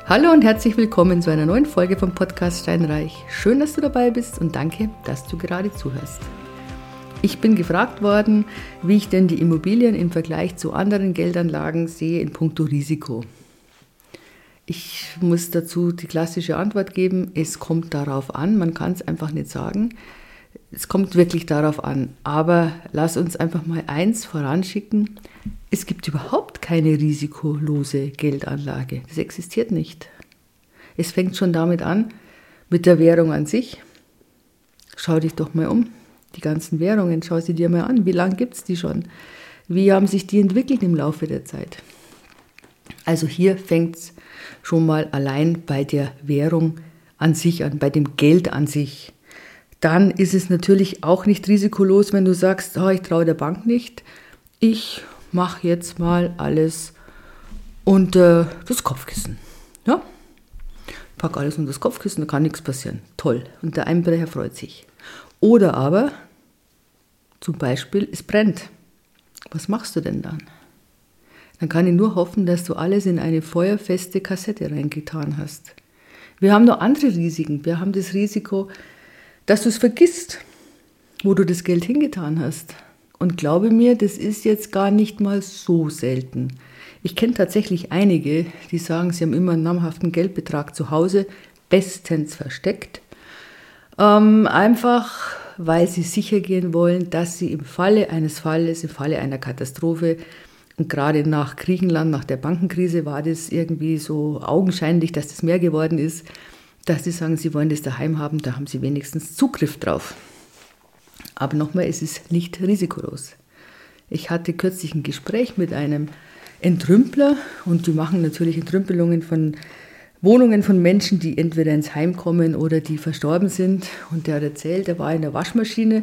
Hallo und herzlich willkommen zu einer neuen Folge vom Podcast Steinreich. Schön, dass du dabei bist und danke, dass du gerade zuhörst. Ich bin gefragt worden, wie ich denn die Immobilien im Vergleich zu anderen Geldanlagen sehe in puncto Risiko. Ich muss dazu die klassische Antwort geben, es kommt darauf an, man kann es einfach nicht sagen. Es kommt wirklich darauf an, aber lass uns einfach mal eins voranschicken. Es gibt überhaupt keine risikolose Geldanlage. Das existiert nicht. Es fängt schon damit an, mit der Währung an sich. Schau dich doch mal um. Die ganzen Währungen, schau sie dir mal an. Wie lange gibt es die schon? Wie haben sich die entwickelt im Laufe der Zeit? Also hier fängt es schon mal allein bei der Währung an sich an, bei dem Geld an sich. Dann ist es natürlich auch nicht risikolos, wenn du sagst, ich traue der Bank nicht. Ich mache jetzt mal alles unter das Kopfkissen. Ja? Pack alles unter das Kopfkissen, da kann nichts passieren. Toll. Und der Einbrecher freut sich. Oder aber, zum Beispiel, es brennt. Was machst du denn dann? Dann kann ich nur hoffen, dass du alles in eine feuerfeste Kassette reingetan hast. Wir haben noch andere Risiken. Wir haben das Risiko, dass du es vergisst, wo du das Geld hingetan hast. Und glaube mir, das ist jetzt gar nicht mal so selten. Ich kenne tatsächlich einige, die sagen, sie haben immer einen namhaften Geldbetrag zu Hause, bestens versteckt. Einfach, weil sie sicher gehen wollen, dass sie im Falle eines Falles, im Falle einer Katastrophe, und gerade nach Griechenland, nach der Bankenkrise war das irgendwie so augenscheinlich, dass das mehr geworden ist, dass sie sagen, sie wollen das daheim haben, da haben sie wenigstens Zugriff drauf. Aber nochmal, es ist nicht risikolos. Ich hatte kürzlich ein Gespräch mit einem Entrümpler und die machen natürlich Entrümpelungen von Wohnungen von Menschen, die entweder ins Heim kommen oder die verstorben sind. Und der hat erzählt, der war in der Waschmaschine,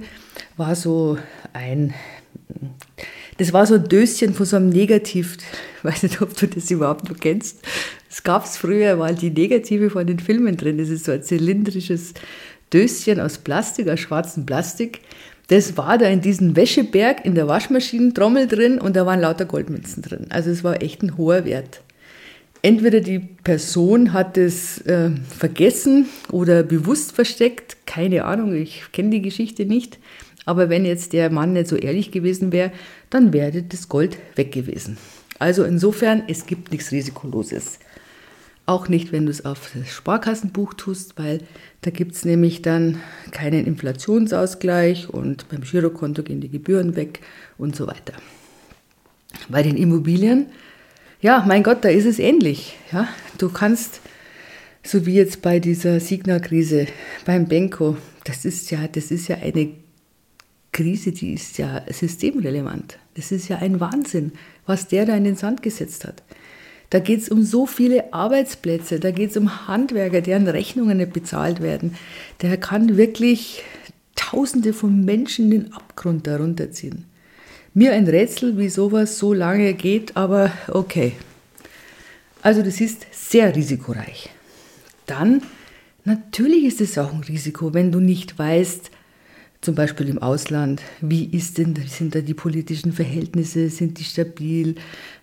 das war so ein Döschen von so einem Negativ. Ich weiß nicht, ob du das überhaupt noch kennst. Das gab es früher, weil die Negative von den Filmen drin. Das ist so ein zylindrisches Döschen aus Plastik, aus schwarzem Plastik. Das war da in diesem Wäscheberg in der Waschmaschinentrommel drin und da waren lauter Goldmünzen drin. Also es war echt ein hoher Wert. Entweder die Person hat es vergessen oder bewusst versteckt. Keine Ahnung, ich kenne die Geschichte nicht. Aber wenn jetzt der Mann nicht so ehrlich gewesen wäre, dann wäre das Gold weg gewesen. Also insofern, es gibt nichts Risikoloses. Auch nicht, wenn du es auf das Sparkassenbuch tust, weil da gibt es nämlich dann keinen Inflationsausgleich und beim Girokonto gehen die Gebühren weg und so weiter. Bei den Immobilien, ja, mein Gott, da ist es ähnlich. Ja? Du kannst, so wie jetzt bei dieser Signa-Krise, beim Benko, das ist ja eine Krise, die ist ja systemrelevant. Das ist ja ein Wahnsinn, was der da in den Sand gesetzt hat. Da geht es um so viele Arbeitsplätze, da geht es um Handwerker, deren Rechnungen nicht bezahlt werden. Der kann wirklich Tausende von Menschen den Abgrund darunter ziehen. Mir ein Rätsel, wie sowas so lange geht, aber okay. Also das ist sehr risikoreich. Dann, natürlich ist es auch ein Risiko, wenn du nicht weißt, zum Beispiel im Ausland, sind da die politischen Verhältnisse, sind die stabil,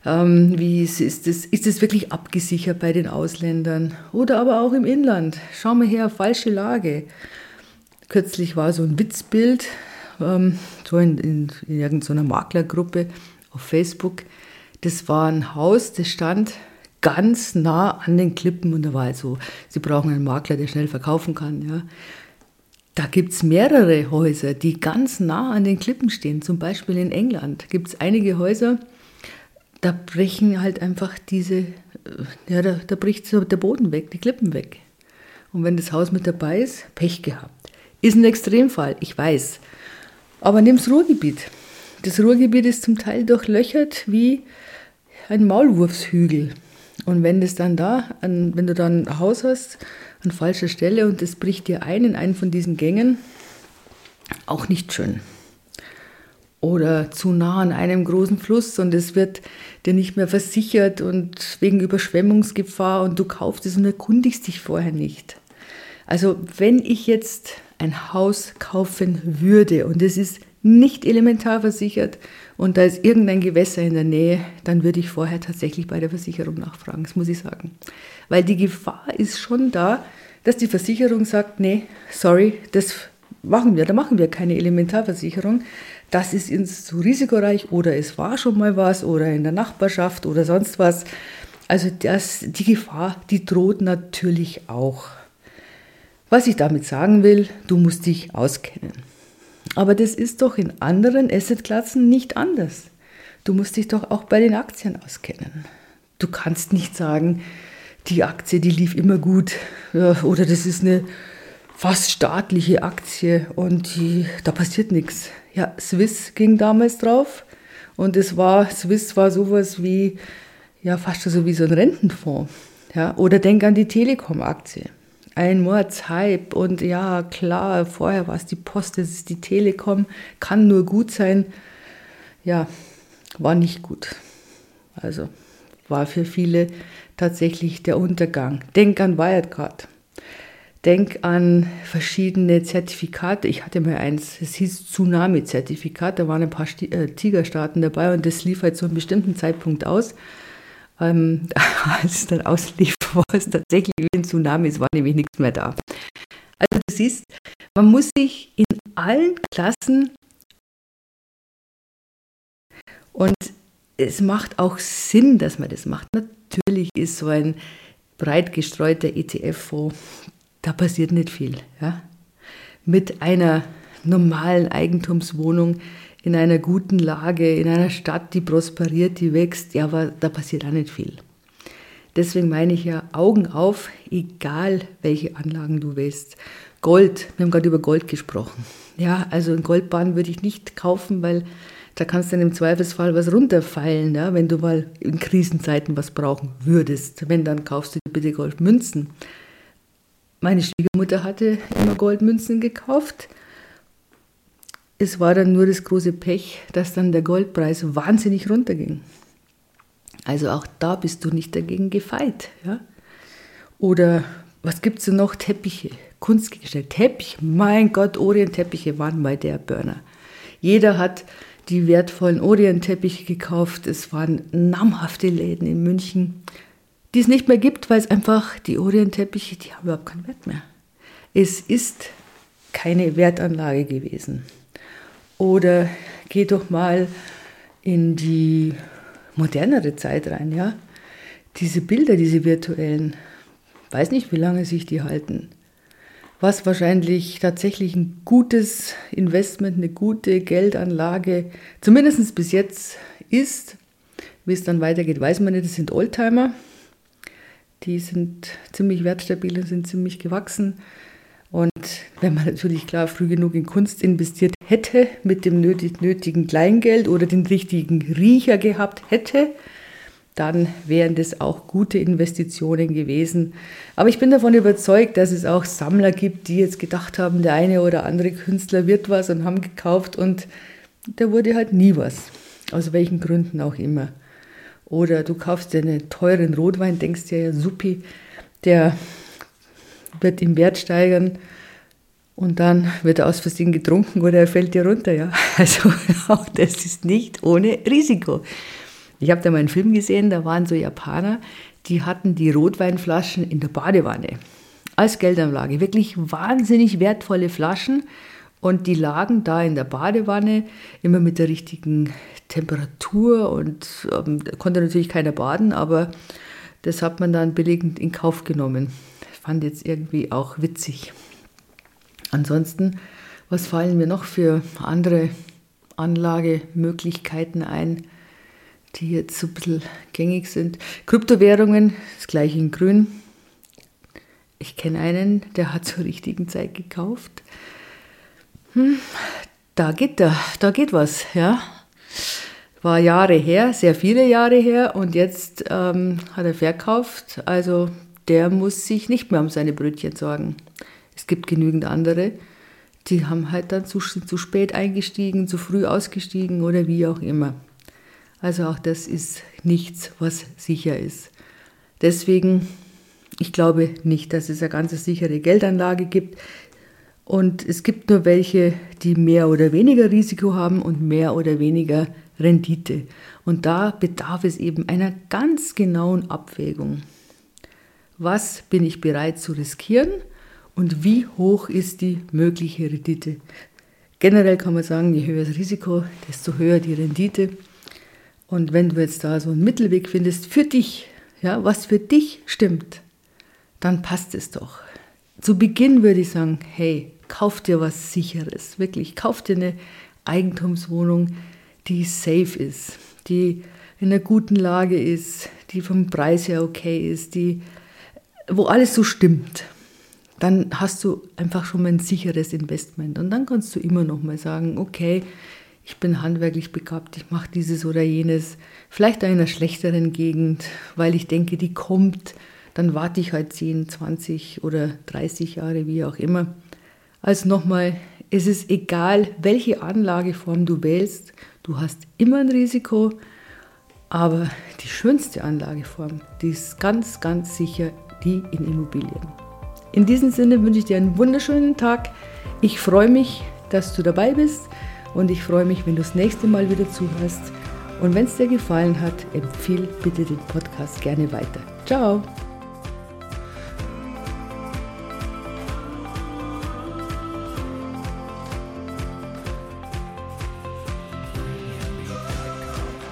ist es wirklich abgesichert bei den Ausländern oder aber auch im Inland. Schau mal her, falsche Lage. Kürzlich war so ein Witzbild, so in irgendeiner Maklergruppe auf Facebook. Das war ein Haus, das stand ganz nah an den Klippen und da war halt so, sie brauchen einen Makler, der schnell verkaufen kann, ja. Da gibt es mehrere Häuser, die ganz nah an den Klippen stehen. Zum Beispiel in England gibt es einige Häuser, da brechen halt einfach da bricht so der Boden weg, die Klippen weg. Und wenn das Haus mit dabei ist, Pech gehabt. Ist ein Extremfall, ich weiß. Aber nimm das Ruhrgebiet. Das Ruhrgebiet ist zum Teil durchlöchert wie ein Maulwurfshügel. Und wenn du dann ein Haus hast, an falscher Stelle und es bricht dir in einen von diesen Gängen, auch nicht schön. Oder zu nah an einem großen Fluss und es wird dir nicht mehr versichert und wegen Überschwemmungsgefahr und du kaufst es und erkundigst dich vorher nicht. Also wenn ich jetzt ein Haus kaufen würde und es ist nicht elementar versichert und da ist irgendein Gewässer in der Nähe, dann würde ich vorher tatsächlich bei der Versicherung nachfragen, das muss ich sagen. Weil die Gefahr ist schon da, dass die Versicherung sagt, nee, sorry, das machen wir, da machen wir keine Elementarversicherung. Das ist uns zu risikoreich oder es war schon mal was oder in der Nachbarschaft oder sonst was. Also die Gefahr, die droht natürlich auch. Was ich damit sagen will, du musst dich auskennen. Aber das ist doch in anderen Assetklassen nicht anders. Du musst dich doch auch bei den Aktien auskennen. Du kannst nicht sagen, die Aktie, die lief immer gut, ja, oder das ist eine fast staatliche Aktie und da passiert nichts. Ja, Swiss ging damals drauf und Swiss war sowas wie, ja, fast schon so wie so ein Rentenfonds. Ja, oder denk an die Telekom-Aktie. Ein Mordshype und ja, klar, vorher war es die Post, das ist die Telekom, kann nur gut sein. Ja, war nicht gut. Also war für viele tatsächlich der Untergang. Denk an Wirecard. Denk an verschiedene Zertifikate. Ich hatte mal eins, es hieß Tsunami-Zertifikat, da waren ein paar Tigerstaaten dabei und das lief halt zu einem bestimmten Zeitpunkt aus. Als es dann auslief, war es tatsächlich wie ein Tsunami, es war nämlich nichts mehr da. Also du siehst, man muss sich in allen Klassen und es macht auch Sinn, dass man das macht. Natürlich ist so ein breit gestreuter ETF-Fonds, da passiert nicht viel. Ja? Mit einer normalen Eigentumswohnung in einer guten Lage, in einer Stadt, die prosperiert, die wächst, ja, aber da passiert auch nicht viel. Deswegen meine ich ja, Augen auf, egal welche Anlagen du wählst. Gold, wir haben gerade über Gold gesprochen. Ja, also ein Goldbahn würde ich nicht kaufen, weil da kannst du dann im Zweifelsfall was runterfallen, ja, wenn du mal in Krisenzeiten was brauchen würdest. Wenn, dann kaufst du dir bitte Goldmünzen. Meine Schwiegermutter hatte immer Goldmünzen gekauft. Es war dann nur das große Pech, dass dann der Goldpreis wahnsinnig runterging. Also auch da bist du nicht dagegen gefeit. Ja? Oder was gibt es denn noch? Teppiche, Kunstgegenstände. Teppich, mein Gott, Orientteppiche waren mal der Burner. Jeder hat die wertvollen Orientteppiche gekauft. Es waren namhafte Läden in München, die es nicht mehr gibt, weil es einfach die Orientteppiche, die haben überhaupt keinen Wert mehr. Es ist keine Wertanlage gewesen. Oder geh doch mal in die modernere Zeit rein, ja. Diese Bilder, diese virtuellen, weiß nicht, wie lange sich die halten. Was wahrscheinlich tatsächlich ein gutes Investment, eine gute Geldanlage, zumindest bis jetzt ist. Wie es dann weitergeht, weiß man nicht. Das sind Oldtimer, die sind ziemlich wertstabil und sind ziemlich gewachsen. Und wenn man natürlich klar früh genug in Kunst investiert hätte, mit dem nötigen Kleingeld oder den richtigen Riecher gehabt hätte, dann wären das auch gute Investitionen gewesen. Aber ich bin davon überzeugt, dass es auch Sammler gibt, die jetzt gedacht haben, der eine oder andere Künstler wird was und haben gekauft und da wurde halt nie was. Aus welchen Gründen auch immer. Oder du kaufst dir einen teuren Rotwein, denkst dir, ja, supi, der wird im Wert steigern und dann wird er aus Versehen getrunken oder er fällt dir runter. Ja? Also auch das ist nicht ohne Risiko. Ich habe da mal einen Film gesehen, da waren so Japaner, die hatten die Rotweinflaschen in der Badewanne als Geldanlage. Wirklich wahnsinnig wertvolle Flaschen und die lagen da in der Badewanne, immer mit der richtigen Temperatur und konnte natürlich keiner baden, aber das hat man dann billigend in Kauf genommen. Fand jetzt irgendwie auch witzig. Ansonsten, was fallen mir noch für andere Anlagemöglichkeiten ein, die jetzt so ein bisschen gängig sind? Kryptowährungen, das gleiche in Grün. Ich kenne einen, der hat zur richtigen Zeit gekauft. Da geht was, ja. War Jahre her, sehr viele Jahre her und jetzt hat er verkauft, also der muss sich nicht mehr um seine Brötchen sorgen. Es gibt genügend andere, die haben halt dann zu spät eingestiegen, zu früh ausgestiegen oder wie auch immer. Also auch das ist nichts, was sicher ist. Deswegen, ich glaube nicht, dass es eine ganz sichere Geldanlage gibt. Und es gibt nur welche, die mehr oder weniger Risiko haben und mehr oder weniger Rendite. Und da bedarf es eben einer ganz genauen Abwägung. was bin ich bereit zu riskieren und wie hoch ist die mögliche Rendite. Generell kann man sagen, je höher das Risiko, desto höher die Rendite. Und wenn du jetzt da so einen Mittelweg findest für dich, ja, was für dich stimmt, dann passt es doch. Zu Beginn würde ich sagen, hey, kauf dir was Sicheres, wirklich, kauf dir eine Eigentumswohnung, die safe ist, die in einer guten Lage ist, die vom Preis her okay ist, wo alles so stimmt. Dann hast du einfach schon mal ein sicheres Investment. Und dann kannst du immer noch mal sagen, okay, ich bin handwerklich begabt, ich mache dieses oder jenes, vielleicht auch in einer schlechteren Gegend, weil ich denke, die kommt, dann warte ich halt 10, 20 oder 30 Jahre, wie auch immer. Also nochmal, es ist egal, welche Anlageform du wählst, du hast immer ein Risiko, aber die schönste Anlageform, die ist ganz, ganz sicher die in Immobilien. In diesem Sinne wünsche ich dir einen wunderschönen Tag. Ich freue mich, dass du dabei bist und ich freue mich, wenn du das nächste Mal wieder zuhörst. Und wenn es dir gefallen hat, empfehle bitte den Podcast gerne weiter. Ciao!